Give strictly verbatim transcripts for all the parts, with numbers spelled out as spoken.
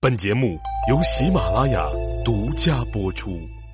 本节目由喜马拉雅独家播出。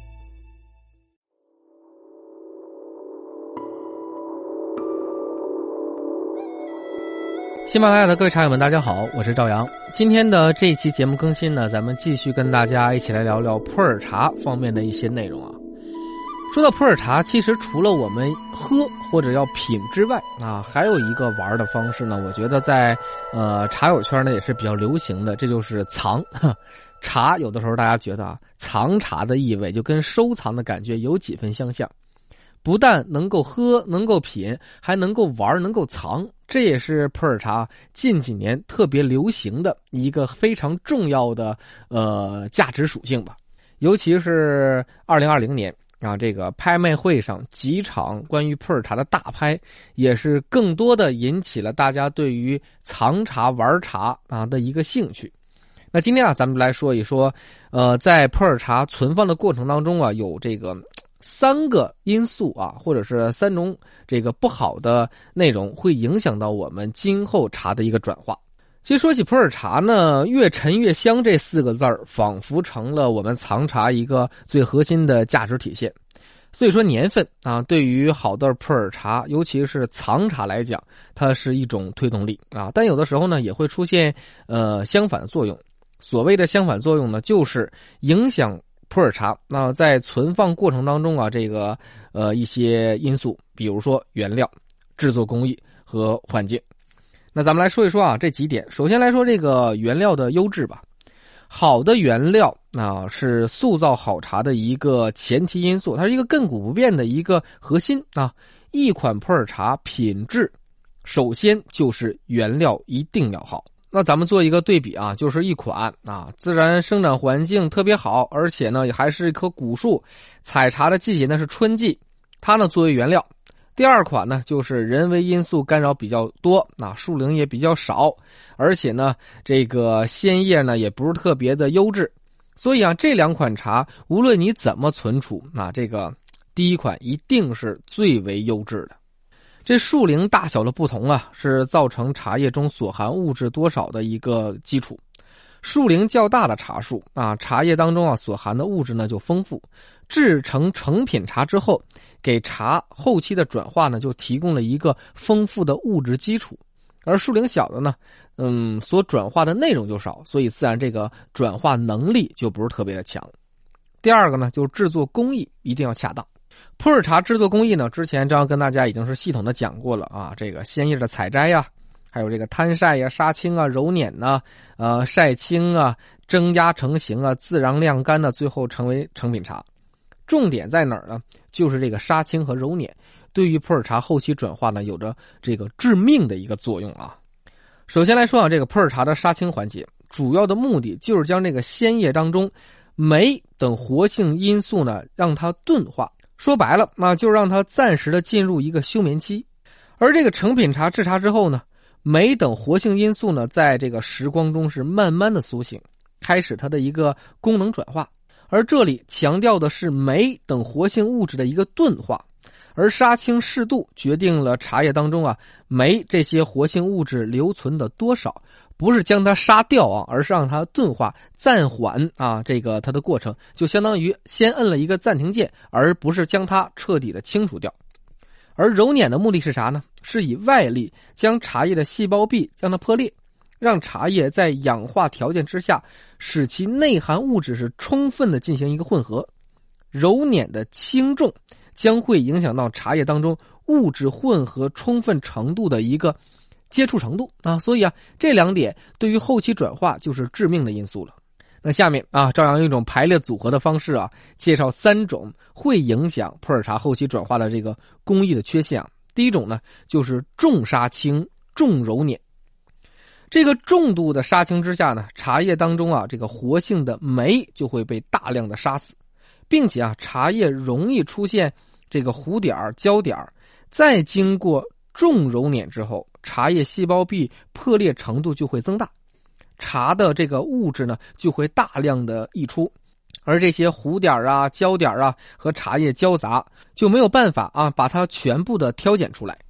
喜马拉雅的各位茶友们，大家好，我是赵阳。今天的这一期节目更新呢，咱们继续跟大家一起来聊聊普洱茶方面的一些内容啊。说到普洱茶，其实除了我们喝或者要品之外啊，还有一个玩的方式呢，我觉得在呃茶友圈呢也是比较流行的，这就是藏。茶有的时候大家觉得啊，藏茶的意味就跟收藏的感觉有几分相像，不但能够喝能够品，还能够玩能够藏，这也是普洱茶近几年特别流行的一个非常重要的呃价值属性吧。尤其是二零二零年啊，这个拍卖会上几场关于普洱茶的大拍，也是更多的引起了大家对于藏茶玩茶啊的一个兴趣。那今天啊，咱们来说一说，呃，在普洱茶存放的过程当中啊，有这个三个因素啊，或者是三种这个不好的内容，会影响到我们今后茶的一个转化。其实说起普洱茶呢，越陈越香这四个字儿，仿佛成了我们藏茶一个最核心的价值体现。所以说年份啊，对于好的普洱茶，尤其是藏茶来讲，它是一种推动力啊。但有的时候呢，也会出现呃相反的作用。所谓的相反作用呢，就是影响普洱茶那在存放过程当中啊，这个呃一些因素，比如说原料、制作工艺和环境。那咱们来说一说啊这几点。首先来说这个原料的优质吧。好的原料啊是塑造好茶的一个前提因素，它是一个亘古不变的一个核心啊。一款普洱茶品质，首先就是原料一定要好。那咱们做一个对比啊，就是一款啊自然生长环境特别好，而且呢还是一棵古树，采茶的季节呢是春季，它呢作为原料。第二款呢就是人为因素干扰比较多，啊树龄也比较少，而且呢这个鲜叶呢也不是特别的优质。所以啊这两款茶无论你怎么存储，那这个第一款一定是最为优质的。这树龄大小的不同啊，是造成茶叶中所含物质多少的一个基础。树龄较大的茶树啊，茶叶当中啊所含的物质呢就丰富，制成成品茶之后，给茶后期的转化呢就提供了一个丰富的物质基础。而树龄小的呢，嗯，所转化的内容就少，所以自然这个转化能力就不是特别的强。第二个呢，就是制作工艺一定要恰当。普洱茶制作工艺呢，之前张跟大家已经是系统的讲过了啊，这个鲜叶的采摘呀，还有这个摊晒呀、杀青啊、揉捻呐、呃晒青啊、蒸压成型啊、自然晾干呢，最后成为成品茶。重点在哪儿呢？就是这个杀青和揉捻，对于普洱茶后期转化呢，有着这个致命的一个作用啊。首先来说啊，这个普洱茶的杀青环节，主要的目的就是将这个鲜叶当中酶等活性因素呢，让它钝化。说白了啊，就让它暂时的进入一个休眠期。而这个成品茶制茶之后呢，酶等活性因素呢，在这个时光中是慢慢的苏醒，开始它的一个功能转化。而这里强调的是酶等活性物质的一个钝化，而杀青适度决定了茶叶当中啊酶这些活性物质留存的多少，不是将它杀掉啊，而是让它钝化暂缓啊，这个它的过程就相当于先摁了一个暂停键，而不是将它彻底的清除掉。而揉捻的目的是啥呢？是以外力将茶叶的细胞壁将它破裂，让茶叶在氧化条件之下，使其内含物质是充分的进行一个混合。揉捻的轻重将会影响到茶叶当中物质混合充分程度的一个接触程度啊，所以啊，这两点对于后期转化就是致命的因素了。那下面啊，照样用一种排列组合的方式啊，介绍三种会影响普洱茶后期转化的这个工艺的缺陷。第一种呢，就是重杀青、重揉捻。这个重度的杀青之下呢，茶叶当中啊，这个活性的酶就会被大量的杀死，并且啊，茶叶容易出现这个糊点、焦点，再经过重揉捻之后，茶叶细胞壁破裂程度就会增大，茶的这个物质呢就会大量的溢出，而这些糊点啊、焦点啊和茶叶交杂，就没有办法啊把它全部的挑拣出来。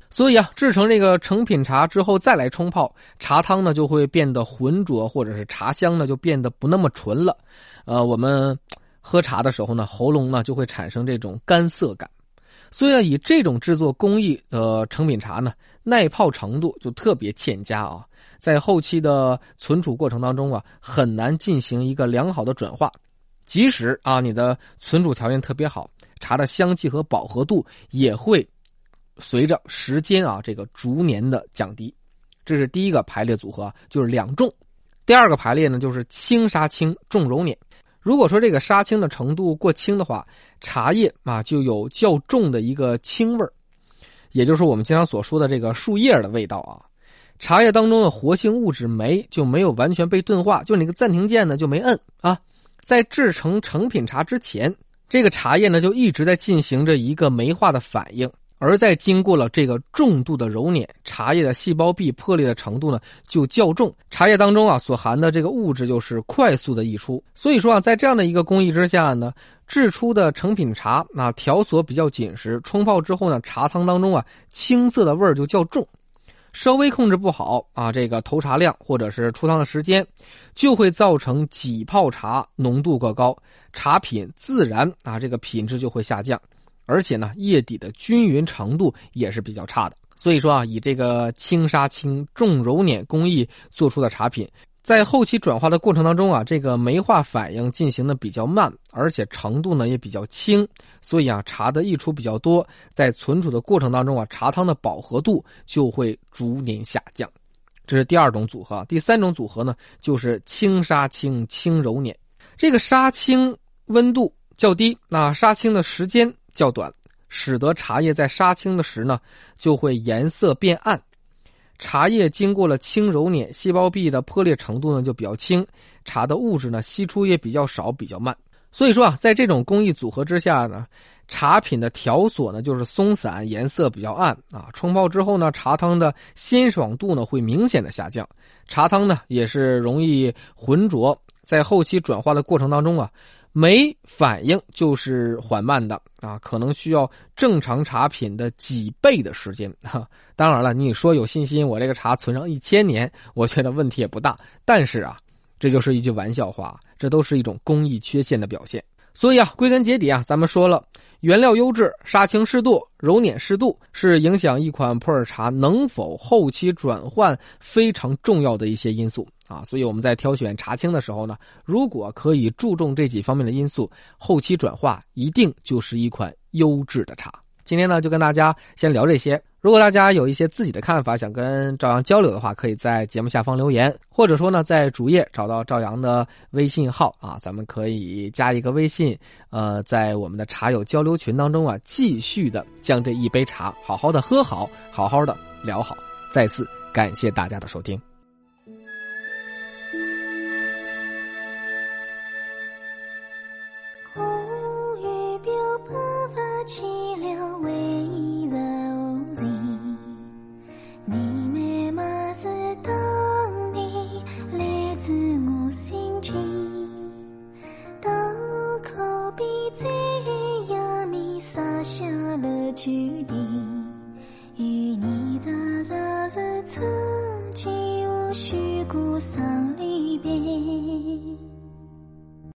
所以啊，制成这个成品茶之后再来冲泡，茶汤呢就会变得浑浊，或者是茶香呢就变得不那么纯了。呃，我们喝茶的时候呢，喉咙呢就会产生这种干涩感。所以啊，以这种制作工艺的成品茶呢，耐泡程度就特别欠佳啊，在后期的存储过程当中啊，很难进行一个良好的转化。即使啊你的存储条件特别好，茶的香气和饱和度也会随着时间啊这个逐年的降低。这是第一个排列组合，就是两重。第二个排列呢，就是轻杀青重揉捻。如果说这个杀青的程度过轻的话，茶叶啊就有较重的一个青味儿，也就是我们经常所说的这个树叶的味道啊。茶叶当中的活性物质酶就没有完全被钝化，就那个暂停键呢就没摁啊。在制成成品茶之前，这个茶叶呢就一直在进行着一个酶化的反应，而在经过了这个重度的揉捻，茶叶的细胞壁破裂的程度呢就较重，茶叶当中啊所含的这个物质就是快速的溢出。所以说啊，在这样的一个工艺之下呢，制出的成品茶啊条索比较紧实，冲泡之后呢，茶汤当中啊青涩的味儿就较重。稍微控制不好啊，这个投茶量或者是出汤的时间，就会造成几泡茶浓度过高，茶品自然啊这个品质就会下降，而且呢叶底的均匀程度也是比较差的。所以说啊，以这个轻杀青重揉捻工艺做出的茶品，在后期转化的过程当中啊，这个酶化反应进行的比较慢，而且程度呢也比较轻，所以啊茶的溢出比较多，在存储的过程当中啊，茶汤的饱和度就会逐年下降。这是第二种组合。第三种组合呢，就是轻杀青轻揉捻。这个杀青温度较低，那杀青的时间较短，使得茶叶在杀青的时呢就会颜色变暗。茶叶经过了轻揉捻，细胞壁的破裂程度呢就比较轻，茶的物质呢析出也比较少，比较慢。所以说啊，在这种工艺组合之下呢，茶品的条索呢就是松散，颜色比较暗啊。冲泡之后呢，茶汤的鲜爽度呢会明显的下降，茶汤呢也是容易浑浊，在后期转化的过程当中啊，酶反应就是缓慢的啊，可能需要正常茶品的几倍的时间哈。当然了，你说有信心我这个茶存上一千年，我觉得问题也不大。但是啊，这就是一句玩笑话，这都是一种工艺缺陷的表现。所以啊，归根结底啊，咱们说了，原料优质、杀青适度、揉捻适度，是影响一款普洱茶能否后期转换非常重要的一些因素啊。所以我们在挑选茶青的时候呢，如果可以注重这几方面的因素，后期转化一定就是一款优质的茶。今天呢，就跟大家先聊这些。如果大家有一些自己的看法，想跟赵阳交流的话，可以在节目下方留言，或者说呢，在主页找到赵阳的微信号啊，咱们可以加一个微信，呃，在我们的茶友交流群当中啊，继续的将这一杯茶好好的喝好，好好的聊好。再次感谢大家的收听。